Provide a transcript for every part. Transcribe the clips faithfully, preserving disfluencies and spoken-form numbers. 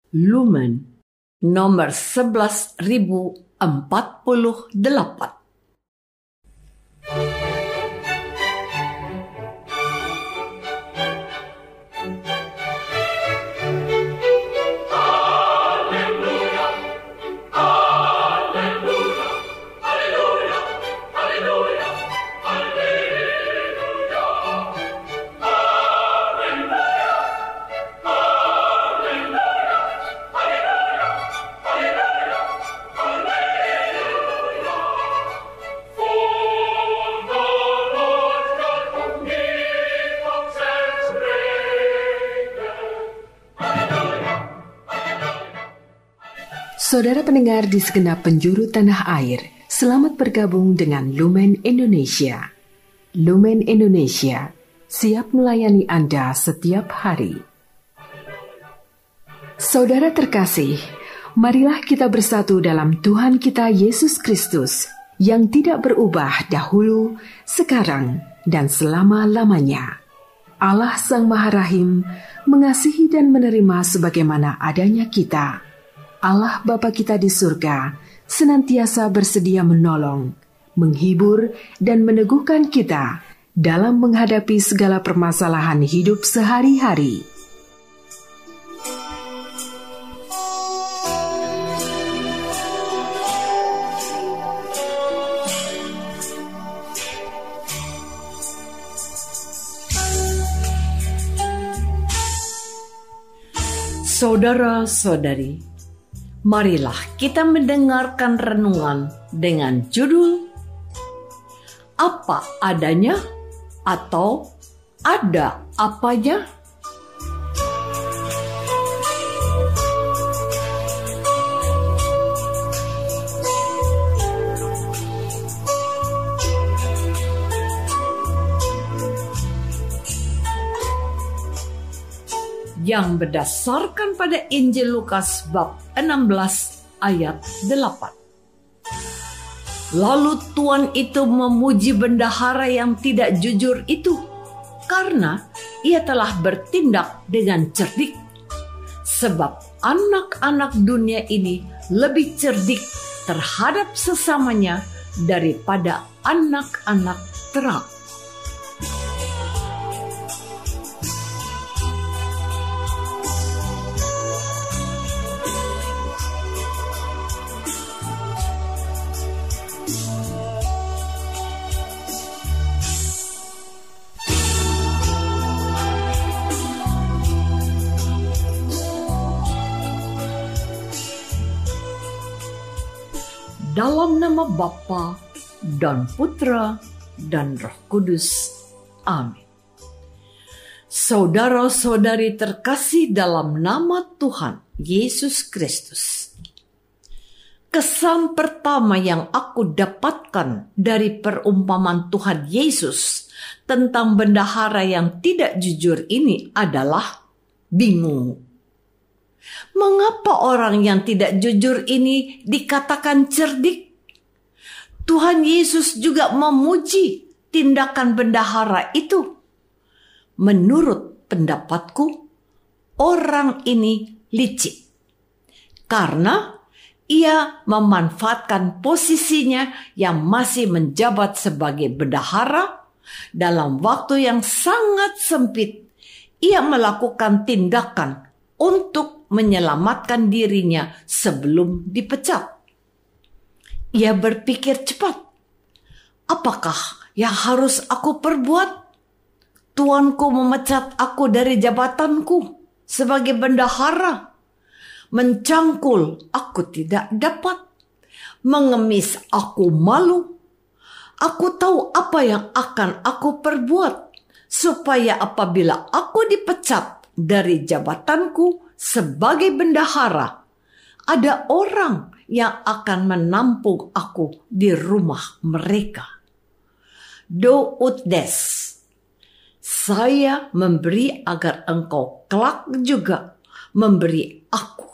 Lumen nomor sebelas ribu empat puluh delapan. Saudara pendengar di segenap penjuru tanah air, selamat bergabung dengan Lumen Indonesia. Lumen Indonesia siap melayani Anda setiap hari. Saudara terkasih, marilah kita bersatu dalam Tuhan kita Yesus Kristus yang tidak berubah dahulu, sekarang, dan selama-lamanya. Allah Sang Maha Rahim mengasihi dan menerima sebagaimana adanya kita. Allah Bapa kita di surga senantiasa bersedia menolong, menghibur, dan meneguhkan kita dalam menghadapi segala permasalahan hidup sehari-hari. Saudara-saudari, marilah kita mendengarkan renungan dengan judul Apa Adanya atau Ada Apanya? Yang berdasarkan pada Injil Lukas bab enam belas ayat delapan. Lalu tuan itu memuji bendahara yang tidak jujur itu karena ia telah bertindak dengan cerdik. Sebab anak-anak dunia ini lebih cerdik terhadap sesamanya daripada anak-anak terang. Dalam nama Bapa dan Putra dan Roh Kudus. Amin. Saudara-saudari terkasih dalam nama Tuhan Yesus Kristus. Kesan pertama yang aku dapatkan dari perumpamaan Tuhan Yesus tentang bendahara yang tidak jujur ini adalah bingung. Mengapa orang yang tidak jujur ini dikatakan cerdik? Tuhan Yesus juga memuji tindakan bendahara itu. Menurut pendapatku, orang ini licik. Karena ia memanfaatkan posisinya yang masih menjabat sebagai bendahara. Dalam waktu yang sangat sempit, ia melakukan tindakan untuk menyelamatkan dirinya sebelum dipecat. Ia berpikir cepat. Apakah yang harus aku perbuat? Tuanku memecat aku dari jabatanku sebagai bendahara. Mencangkul aku tidak dapat. Mengemis aku malu. Aku tahu apa yang akan aku perbuat supaya apabila aku dipecat dari jabatanku sebagai bendahara, ada orang yang akan menampung aku di rumah mereka. Do ut des, saya memberi agar engkau kelak juga memberi aku.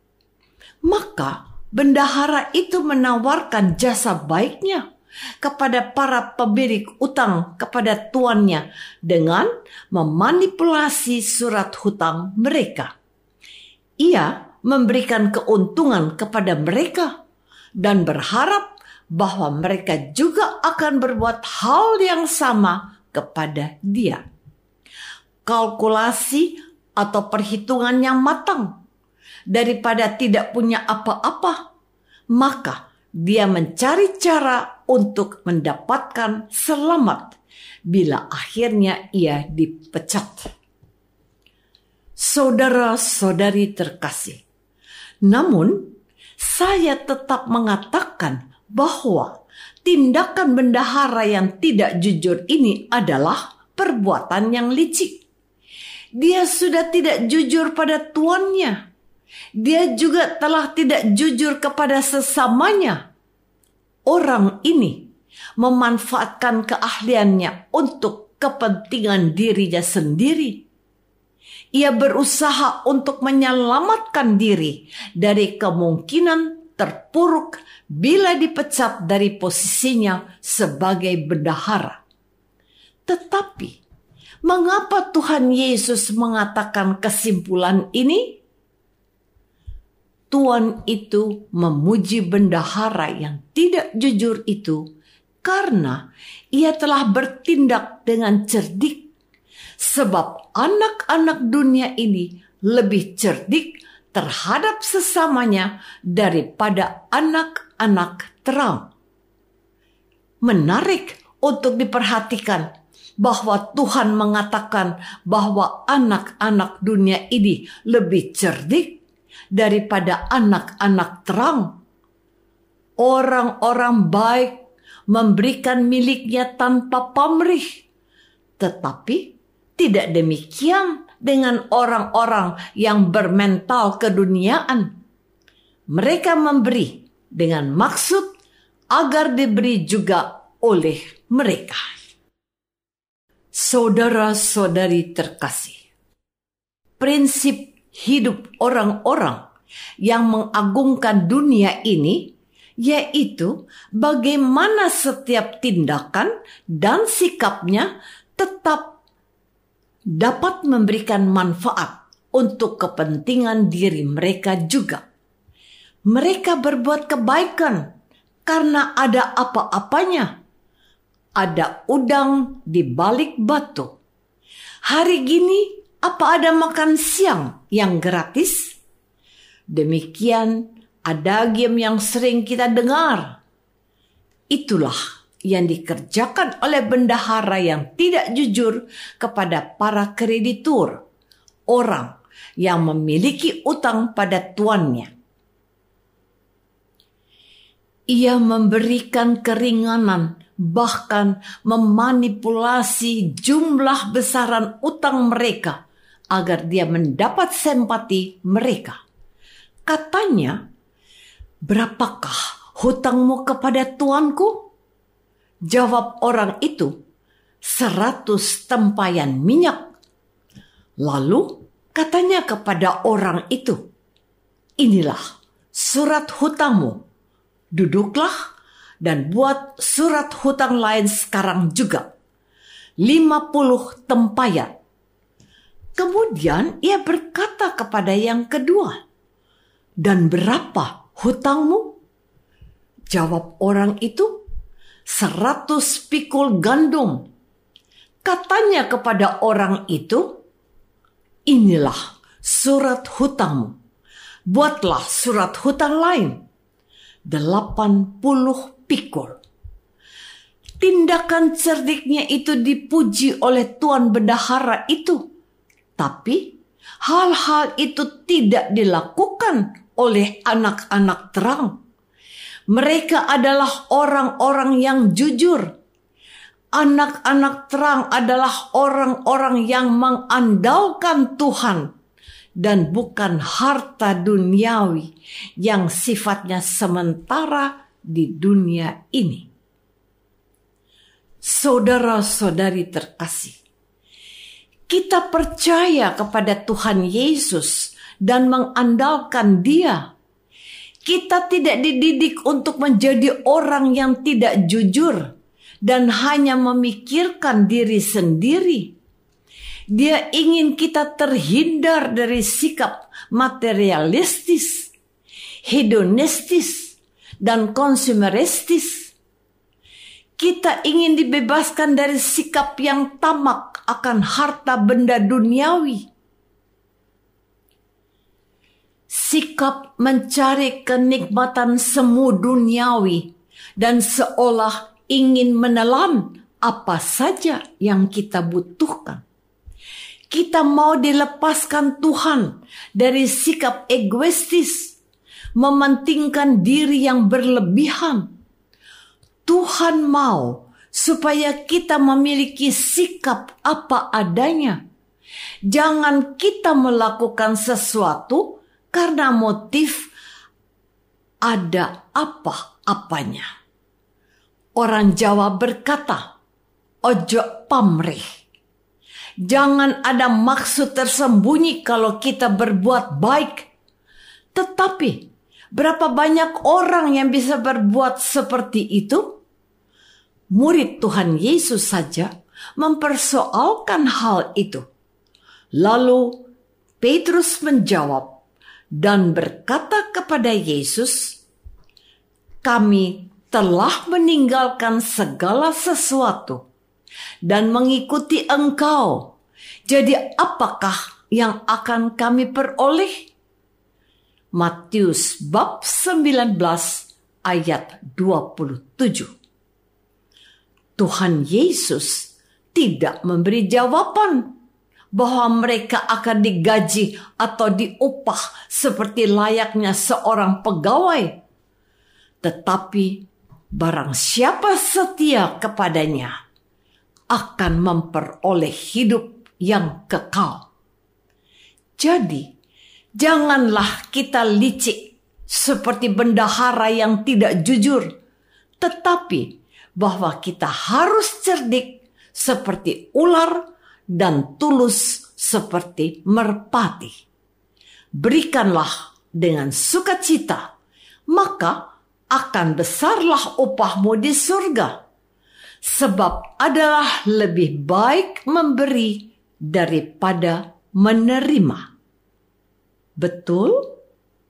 Maka bendahara itu menawarkan jasa baiknya kepada para pemilik utang kepada tuannya dengan memanipulasi surat hutang mereka. Ia memberikan keuntungan kepada mereka dan berharap bahwa mereka juga akan berbuat hal yang sama kepada dia. Kalkulasi atau perhitungan yang matang daripada tidak punya apa-apa, maka dia mencari cara untuk mendapatkan selamat bila akhirnya ia dipecat. Saudara-saudari terkasih, namun saya tetap mengatakan bahwa tindakan bendahara yang tidak jujur ini adalah perbuatan yang licik. Dia sudah tidak jujur pada tuannya. Dia juga telah tidak jujur kepada sesamanya. Orang ini memanfaatkan keahliannya untuk kepentingan dirinya sendiri. Ia berusaha untuk menyelamatkan diri dari kemungkinan terpuruk bila dipecat dari posisinya sebagai bendahara. Tetapi, mengapa Tuhan Yesus mengatakan kesimpulan ini? Tuhan itu memuji bendahara yang tidak jujur itu karena ia telah bertindak dengan cerdik. Sebab anak-anak dunia ini lebih cerdik terhadap sesamanya daripada anak-anak terang. Menarik untuk diperhatikan bahwa Tuhan mengatakan bahwa anak-anak dunia ini lebih cerdik daripada anak-anak terang. Orang-orang baik memberikan miliknya tanpa pamrih, tetapi tidak demikian dengan orang-orang yang bermental keduniaan. Mereka memberi dengan maksud agar diberi juga oleh mereka. Saudara-saudari terkasih, prinsip hidup orang-orang yang mengagungkan dunia ini yaitu bagaimana setiap tindakan dan sikapnya tetap dapat memberikan manfaat untuk kepentingan diri mereka juga. Mereka berbuat kebaikan karena ada apa-apanya. Ada udang di balik batu. Hari gini, apa ada makan siang yang gratis? Demikian ada game yang sering kita dengar. Itulah yang dikerjakan oleh bendahara yang tidak jujur kepada para kreditur, orang yang memiliki utang pada tuannya. Ia memberikan keringanan, bahkan memanipulasi jumlah besaran utang mereka agar dia mendapat simpati mereka. Katanya, "Berapakah hutangmu kepada tuanku?" Jawab orang itu, seratus tempayan minyak. Lalu katanya kepada orang itu, "Inilah surat hutangmu. Duduklah dan buat surat hutang lain sekarang juga. lima puluh tempayan." Kemudian ia berkata kepada yang kedua, "Dan berapa hutangmu?" Jawab orang itu, Seratus pikul gandum. Katanya kepada orang itu, "Inilah surat hutangmu. Buatlah surat hutang lain. Delapan puluh pikul." Tindakan cerdiknya itu dipuji oleh tuan bendahara itu. Tapi hal-hal itu tidak dilakukan oleh anak-anak terang. Mereka adalah orang-orang yang jujur. Anak-anak terang adalah orang-orang yang mengandalkan Tuhan dan bukan harta duniawi yang sifatnya sementara di dunia ini. Saudara-saudari terkasih, kita percaya kepada Tuhan Yesus dan mengandalkan Dia. Kita tidak dididik untuk menjadi orang yang tidak jujur dan hanya memikirkan diri sendiri. Dia ingin kita terhindar dari sikap materialistis, hedonistis, dan konsumeristis. Kita ingin dibebaskan dari sikap yang tamak akan harta benda duniawi. Sikap mencari kenikmatan semu duniawi dan seolah ingin menelan apa saja yang kita butuhkan. Kita mau dilepaskan Tuhan dari sikap egoistis, mementingkan diri yang berlebihan. Tuhan mau supaya kita memiliki sikap apa adanya. Jangan kita melakukan sesuatu karena motif ada apa-apanya. Orang Jawa berkata, ojo pamrih. Jangan ada maksud tersembunyi kalau kita berbuat baik. Tetapi, berapa banyak orang yang bisa berbuat seperti itu? Murid Tuhan Yesus saja mempersoalkan hal itu. Lalu Petrus menjawab dan berkata kepada Yesus, "Kami telah meninggalkan segala sesuatu dan mengikuti Engkau. Jadi apakah yang akan kami peroleh?" Matius bab sembilan belas ayat dua puluh tujuh. Tuhan Yesus tidak memberi jawaban bahwa mereka akan digaji atau diupah seperti layaknya seorang pegawai. Tetapi barang siapa setia kepadanya akan memperoleh hidup yang kekal. Jadi, janganlah kita licik seperti bendahara yang tidak jujur, tetapi bahwa kita harus cerdik seperti ular dan tulus seperti merpati. Berikanlah dengan sukacita, maka akan besarlah upahmu di surga. Sebab adalah lebih baik memberi daripada menerima. Betul?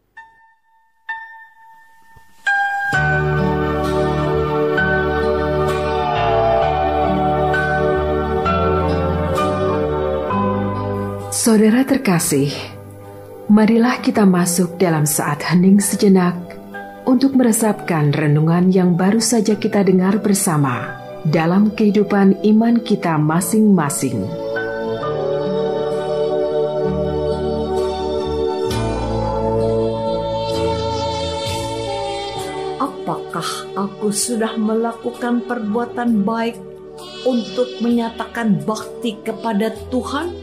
Saudara terkasih, marilah kita masuk dalam saat hening sejenak untuk meresapkan renungan yang baru saja kita dengar bersama dalam kehidupan iman kita masing-masing. Apakah aku sudah melakukan perbuatan baik untuk menyatakan bakti kepada Tuhan?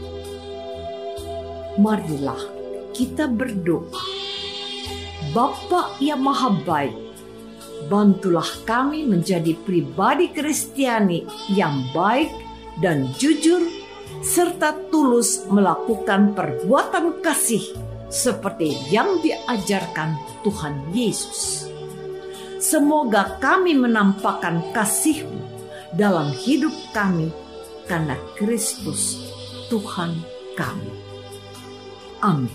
Marilah kita berdoa. Bapa yang Maha Baik, bantulah kami menjadi pribadi Kristiani yang baik dan jujur, serta tulus melakukan perbuatan kasih seperti yang diajarkan Tuhan Yesus. Semoga kami menampakkan kasih-Mu dalam hidup kami karena Kristus Tuhan kami. Amin.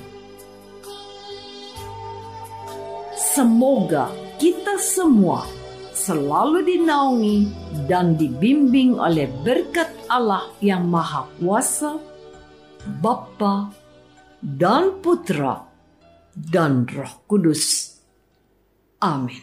Semoga kita semua selalu dinaungi dan dibimbing oleh berkat Allah yang Maha Kuasa, Bapa dan Putra dan Roh Kudus. Amin.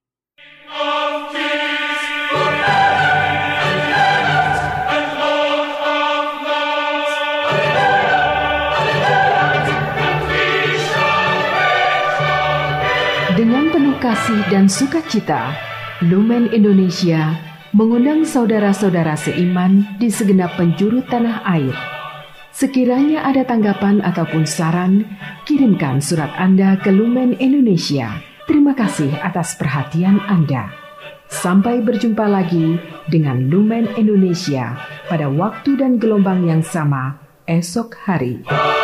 Dengan penuh kasih dan sukacita, Lumen Indonesia mengundang saudara-saudara seiman di segenap penjuru tanah air. Sekiranya ada tanggapan ataupun saran, kirimkan surat Anda ke Lumen Indonesia. Terima kasih atas perhatian Anda. Sampai berjumpa lagi dengan Lumen Indonesia pada waktu dan gelombang yang sama esok hari.